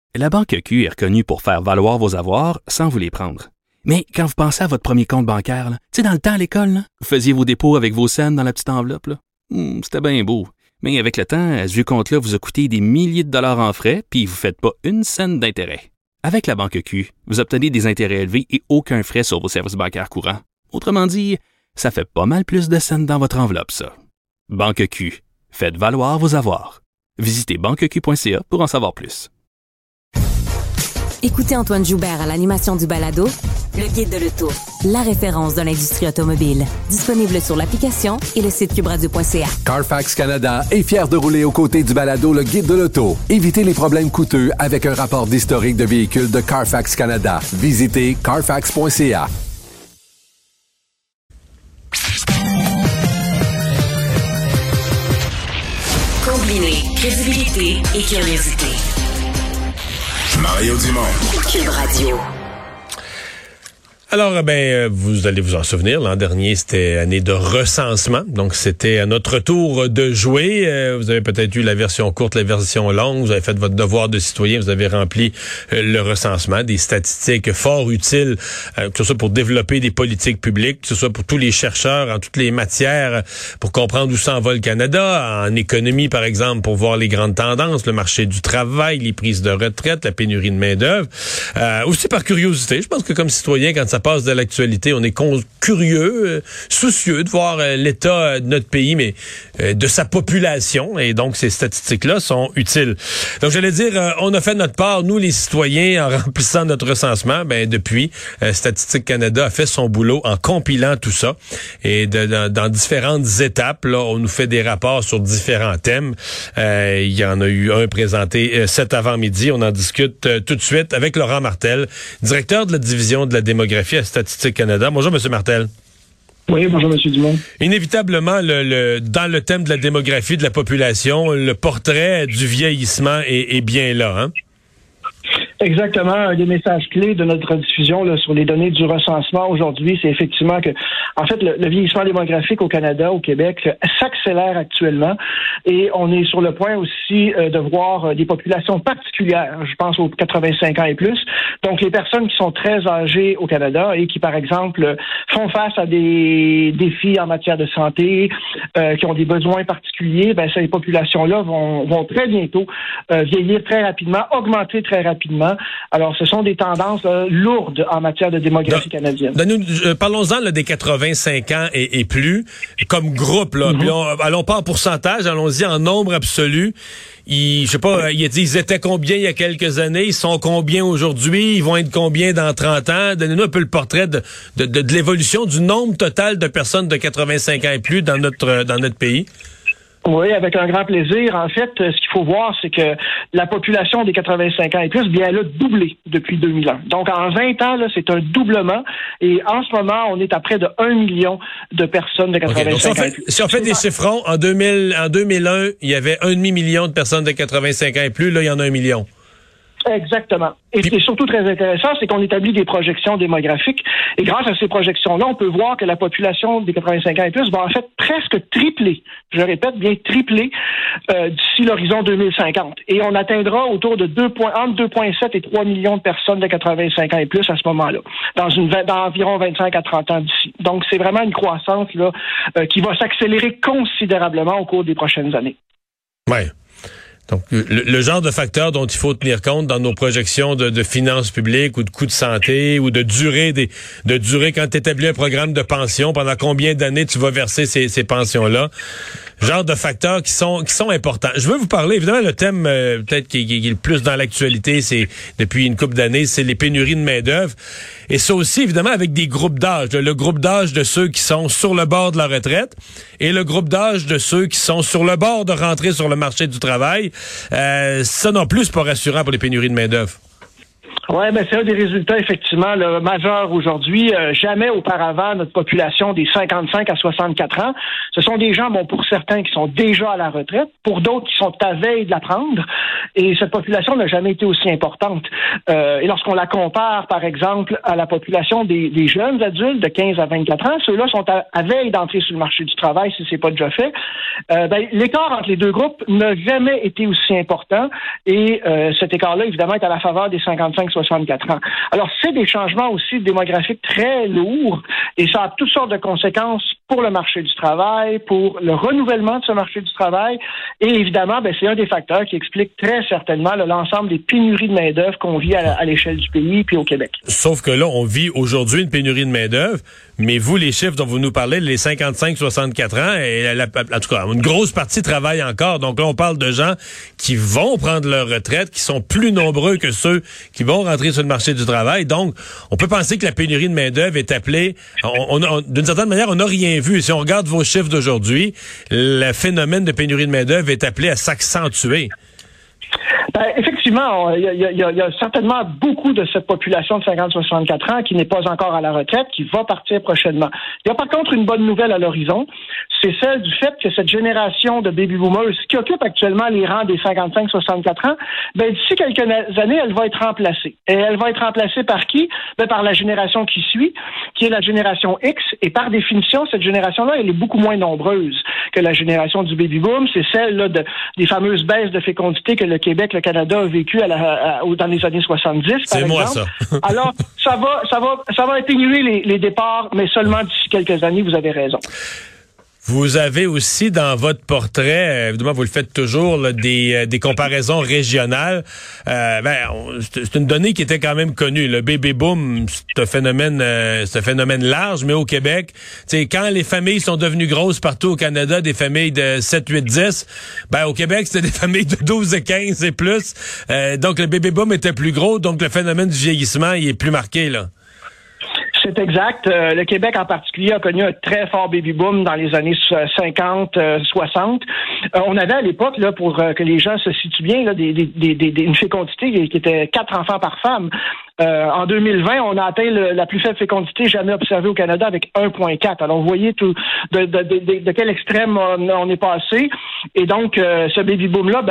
La Banque Q est reconnue pour faire valoir vos avoirs sans vous les prendre. Mais quand vous pensez à votre premier compte bancaire, tu sais, dans le temps à l'école, là, vous faisiez vos dépôts avec vos scènes dans la petite enveloppe. Là. C'était bien beau. Mais avec le temps, ce vieux compte-là vous a coûté des milliers de dollars en frais, puis vous ne faites pas une scène d'intérêt. Avec la Banque Q, vous obtenez des intérêts élevés et aucun frais sur vos services bancaires courants. Autrement dit, ça fait pas mal plus de scènes dans votre enveloppe, ça. Banque Q. Faites valoir vos avoirs. Visitez banqueq.ca pour en savoir plus. Écoutez Antoine Joubert à l'animation du balado Le Guide de l'auto, la référence de l'industrie automobile. Disponible sur l'application et le site cubradio.ca. Carfax Canada est fier de rouler aux côtés du balado Le Guide de l'auto. Évitez les problèmes coûteux avec un rapport d'historique de véhicules de Carfax Canada. Visitez carfax.ca. Combiner crédibilité et curiosité. Mario Dumont. Cube Radio. Alors, vous allez vous en souvenir, l'an dernier, c'était année de recensement. Donc, c'était à notre tour de jouer. Vous avez peut-être eu la version courte, la version longue. Vous avez fait votre devoir de citoyen. Vous avez rempli le recensement, des statistiques fort utiles, que ce soit pour développer des politiques publiques, que ce soit pour tous les chercheurs en toutes les matières, pour comprendre où s'en va le Canada, en économie, par exemple, pour voir les grandes tendances, le marché du travail, les prises de retraite, la pénurie de main-d'œuvre. Aussi par curiosité. Je pense que comme citoyen, quand ça passe de l'actualité, on est curieux, soucieux de voir l'état de notre pays, mais de sa population, et donc ces statistiques-là sont utiles. Donc j'allais dire, on a fait notre part, nous les citoyens, en remplissant notre recensement. Depuis, Statistique Canada a fait son boulot en compilant tout ça, et dans différentes étapes, là, on nous fait des rapports sur différents thèmes. Il y en a eu un présenté cet avant-midi. On en discute tout de suite avec Laurent Martel, directeur de la division de la démographie à Statistique Canada. Bonjour, M. Martel. Oui, bonjour, M. Dumont. Inévitablement, dans le thème de la démographie de la population, le portrait du vieillissement est bien là, hein? Exactement. Un des messages clés de notre diffusion là, sur les données du recensement aujourd'hui, c'est effectivement que, en fait, le vieillissement démographique au Canada, au Québec, s'accélère actuellement, et on est sur le point aussi de voir des populations particulières. Je pense aux 85 ans et plus. Donc, les personnes qui sont très âgées au Canada et qui, par exemple, font face à des défis en matière de santé, qui ont des besoins particuliers, ces populations-là vont très bientôt vieillir très rapidement, augmenter très rapidement. Alors, ce sont des tendances lourdes en matière de démographie canadienne. Parlons-en là, des 85 ans et plus, comme groupe. Là. Puis allons pas en pourcentage, allons-y en nombre absolu. Je sais pas, ils étaient combien il y a quelques années, ils sont combien aujourd'hui, ils vont être combien dans 30 ans. Donnez-nous un peu le portrait de l'évolution du nombre total de personnes de 85 ans et plus dans notre pays. Oui, avec un grand plaisir. En fait, ce qu'il faut voir, c'est que la population des 85 ans et plus, elle a doublé depuis 2001. Donc, en 20 ans, là, c'est un doublement. Et en ce moment, on est à près de 1 million de personnes de 85 ans et plus. Si on fait des chiffrons, en 2001, il y avait 1,5 million de personnes de 85 ans et plus. Là, il y en a 1 million. Exactement. Et ce qui est surtout très intéressant, c'est qu'on établit des projections démographiques. Et grâce à ces projections-là, on peut voir que la population des 85 ans et plus va en fait presque tripler. Je répète, bien tripler d'ici l'horizon 2050. Et on atteindra autour de entre 2,7 et 3 millions de personnes de 85 ans et plus à ce moment-là, dans environ 25 à 30 ans d'ici. Donc, c'est vraiment une croissance là qui va s'accélérer considérablement au cours des prochaines années. Ouais. Donc, le genre de facteurs dont il faut tenir compte dans nos projections de finances publiques ou de coûts de santé ou de durée quand tu établis un programme de pension, pendant combien d'années tu vas verser ces pensions-là. Genre de facteurs qui sont importants. Je veux vous parler, évidemment, le thème peut-être qui est le plus dans l'actualité, c'est depuis une couple d'années, c'est les pénuries de main-d'œuvre. Et ça aussi, évidemment, avec des groupes d'âge. Le groupe d'âge de ceux qui sont sur le bord de la retraite et le groupe d'âge de ceux qui sont sur le bord de rentrer sur le marché du travail. Ça non plus, c'est pas rassurant pour les pénuries de main-d'œuvre. Oui, c'est un des résultats effectivement majeurs aujourd'hui. Jamais auparavant, notre population des 55 à 64 ans, ce sont des gens, pour certains qui sont déjà à la retraite, pour d'autres qui sont à veille de la prendre. Et cette population n'a jamais été aussi importante. Et lorsqu'on la compare, par exemple, à la population des jeunes adultes de 15 à 24 ans, ceux-là sont à veille d'entrer sur le marché du travail si c'est pas déjà fait. L'écart entre les deux groupes n'a jamais été aussi important. Et cet écart-là, évidemment, est à la faveur des 55-64 ans. Alors, c'est des changements aussi démographiques très lourds et ça a toutes sortes de conséquences pour le marché du travail, pour le renouvellement de ce marché du travail et évidemment, c'est un des facteurs qui explique très certainement l'ensemble des pénuries de main-d'œuvre qu'on vit à l'échelle du pays puis au Québec. Sauf que là, on vit aujourd'hui une pénurie de main-d'œuvre, mais vous, les chiffres dont vous nous parlez, les 55-64 ans, et en tout cas, une grosse partie travaille encore. Donc là, on parle de gens qui vont prendre leur retraite, qui sont plus nombreux que ceux qui vont rentrer sur le marché du travail. Donc, on peut penser que la pénurie de main-d'œuvre est appelée. D'une certaine manière, on n'a rien vu. Si on regarde vos chiffres d'aujourd'hui, le phénomène de pénurie de main-d'œuvre est appelé à s'accentuer. Effectivement, il y a certainement beaucoup de cette population de 50-64 ans qui n'est pas encore à la retraite, qui va partir prochainement. Il y a par contre une bonne nouvelle à l'horizon, c'est celle du fait que cette génération de baby-boomers qui occupe actuellement les rangs des 55-64 ans, d'ici quelques années, elle va être remplacée. Et elle va être remplacée par qui? Par la génération qui suit, qui est la génération X. Et par définition, cette génération-là, elle est beaucoup moins nombreuse que la génération du baby-boom. C'est celle des fameuses baisses de fécondité que le Québec, le Canada a vécu dans les années 70, par exemple. C'est moi, ça. Alors, ça va atténuer les départs, mais seulement d'ici quelques années, vous avez raison. Vous avez aussi dans votre portrait, évidemment vous le faites toujours, là, des comparaisons régionales. C'est une donnée qui était quand même connue. Le baby boom, c'est un phénomène large, mais au Québec, quand les familles sont devenues grosses partout au Canada, des familles de 7, 8, 10, au Québec, c'était des familles de 12 et 15 et plus. Donc le baby boom était plus gros, donc le phénomène du vieillissement, il est plus marqué, là. C'est exact. Le Québec en particulier a connu un très fort baby-boom dans les années 50, 60. On avait à l'époque, là, pour que les gens se situent bien, là, une fécondité qui était 4 enfants par femme. En 2020, on a atteint la plus faible fécondité jamais observée au Canada avec 1,4. Alors, vous voyez de quel extrême on est passé. Et donc, ce baby-boom-là,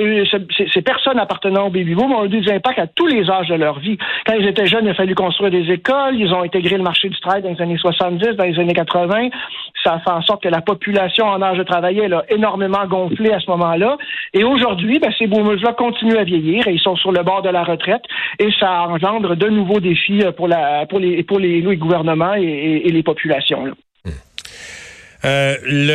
ces personnes appartenant au baby-boom ont eu des impacts à tous les âges de leur vie. Quand ils étaient jeunes, il a fallu construire des écoles. Ils ont intégré le marché du travail dans les années 70, dans les années 80. Ça a fait en sorte que la population en âge de travailler elle a énormément gonflé à ce moment-là. Et aujourd'hui, ces boomers-là continuent à vieillir et ils sont sur le bord de la retraite. Et ça engendre de nouveaux défis pour les gouvernements et les populations. Là.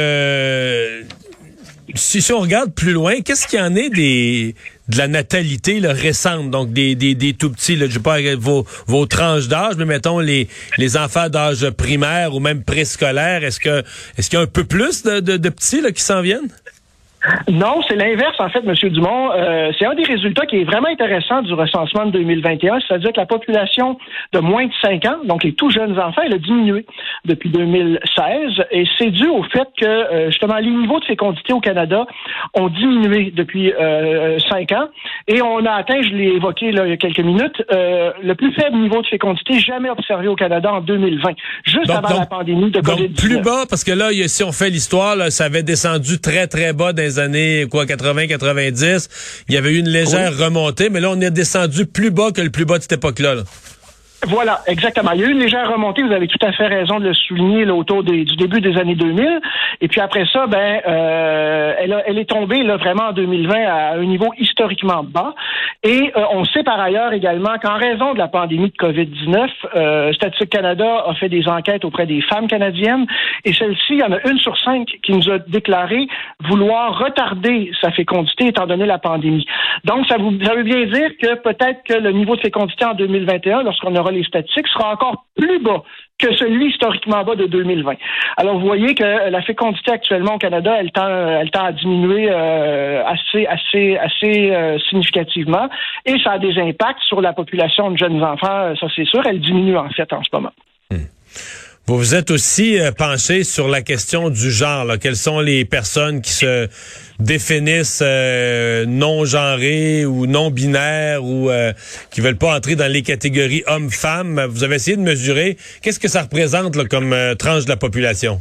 Si on regarde plus loin, qu'est-ce qu'il y en est de la natalité là, récente, donc des tout petits, là, je sais pas vos tranches d'âge, mais mettons les enfants d'âge primaire ou même préscolaire, est-ce qu'il y a un peu plus de petits là, qui s'en viennent? Non, c'est l'inverse, en fait, M. Dumont. C'est un des résultats qui est vraiment intéressant du recensement de 2021, c'est-à-dire que la population de moins de 5 ans, donc les tout jeunes enfants, elle a diminué depuis 2016, et c'est dû au fait que, justement, les niveaux de fécondité au Canada ont diminué depuis 5 ans, et on a atteint, je l'ai évoqué là, il y a quelques minutes, le plus faible niveau de fécondité jamais observé au Canada en 2020, juste avant la pandémie de COVID-19. Donc, plus bas, parce que là, si on fait l'histoire, là, ça avait descendu très, très bas dans les années 80-90. Il y avait eu une légère remontée, mais là, on est descendu plus bas que le plus bas de cette époque-là. Là. Voilà, exactement. Il y a eu une légère remontée, vous avez tout à fait raison de le souligner, là, autour du début des années 2000. Et puis après ça, elle est tombée là, vraiment en 2020 à un niveau historiquement bas. Et on sait par ailleurs également qu'en raison de la pandémie de COVID-19, Statistique Canada a fait des enquêtes auprès des femmes canadiennes. Et celle-ci, il y en a 1 sur 5 qui nous a déclaré vouloir retarder sa fécondité étant donné la pandémie. Donc, ça veut bien dire que peut-être que le niveau de fécondité en 2021, lorsqu'on aura les statistiques, sera encore plus bas que celui historiquement bas de 2020. Alors, vous voyez que la fécondité actuellement au Canada, elle tend à diminuer assez significativement, et ça a des impacts sur la population de jeunes enfants, ça c'est sûr, elle diminue en fait en ce moment. Vous vous êtes aussi penché sur la question du genre. Là. Quelles sont les personnes qui se définissent non-genrées ou non-binaires ou qui veulent pas entrer dans les catégories hommes-femmes? Vous avez essayé de mesurer qu'est-ce que ça représente là, comme tranche de la population?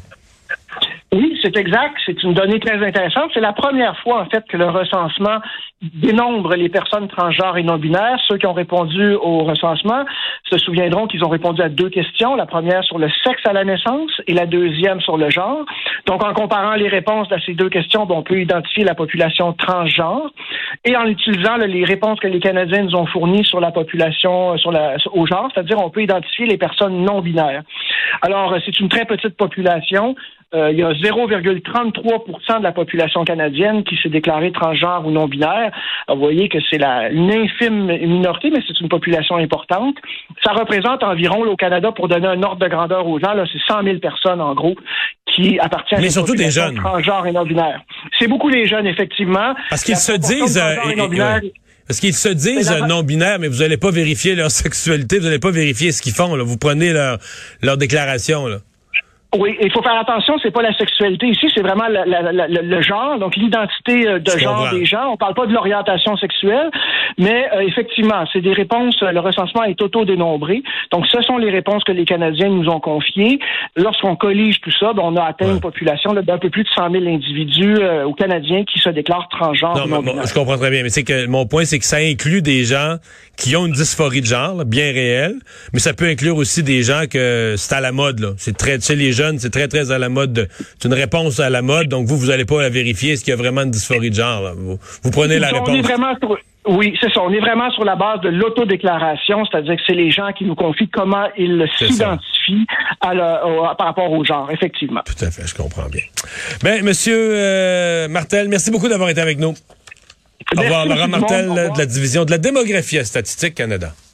Oui, c'est exact. C'est une donnée très intéressante. C'est la première fois, en fait, que le recensement dénombre les personnes transgenres et non-binaires. Ceux qui ont répondu au recensement se souviendront qu'ils ont répondu à 2 questions. La première sur le sexe à la naissance et la deuxième sur le genre. Donc, en comparant les réponses à ces 2 questions, on peut identifier la population transgenre. Et en utilisant les réponses que les Canadiens nous ont fournies sur la population, au genre, c'est-à-dire on peut identifier les personnes non-binaires. Alors, c'est une très petite population. Il y a 0,33% de la population canadienne qui s'est déclarée transgenre ou non-binaire. Vous voyez que c'est une infime minorité, mais c'est une population importante. Ça représente environ, là, au Canada, pour donner un ordre de grandeur aux gens, là, c'est 100 000 personnes, en gros, qui appartiennent mais à surtout des jeunes. Transgenres et non-binaires. C'est beaucoup les jeunes, effectivement. Parce qu'ils se disent... Parce qu'ils se disent non-binaires, mais vous n'allez pas vérifier leur sexualité, vous n'allez pas vérifier ce qu'ils font. Là. Vous prenez leur déclaration, là. Oui, il faut faire attention, c'est pas la sexualité ici, c'est vraiment le genre, donc l'identité de genre des gens. On parle pas de l'orientation sexuelle, mais effectivement, c'est des réponses, le recensement est auto-dénombré. Donc, ce sont les réponses que les Canadiens nous ont confiées. Lorsqu'on collige tout ça, on a atteint une population d'un peu plus de 100 000 individus aux Canadiens qui se déclarent transgenres. Non, je comprends très bien, mais c'est que mon point, c'est que ça inclut des gens qui ont une dysphorie de genre, là, bien réelle, mais ça peut inclure aussi des gens que c'est à la mode, là. C'est très, tu sais, les jeunes, c'est très, très à la mode. C'est une réponse à la mode, donc vous allez pas la vérifier, est-ce qu'il y a vraiment une dysphorie de genre, là. Vous prenez la réponse. Oui, c'est ça. On est vraiment sur la base de l'autodéclaration, c'est-à-dire que c'est les gens qui nous confient comment ils s'identifient par rapport au genre, effectivement. Tout à fait, je comprends bien. Ben, Monsieur Martel, merci beaucoup d'avoir été avec nous. Au revoir, Laurent Martel de la division de la démographie à Statistique Canada.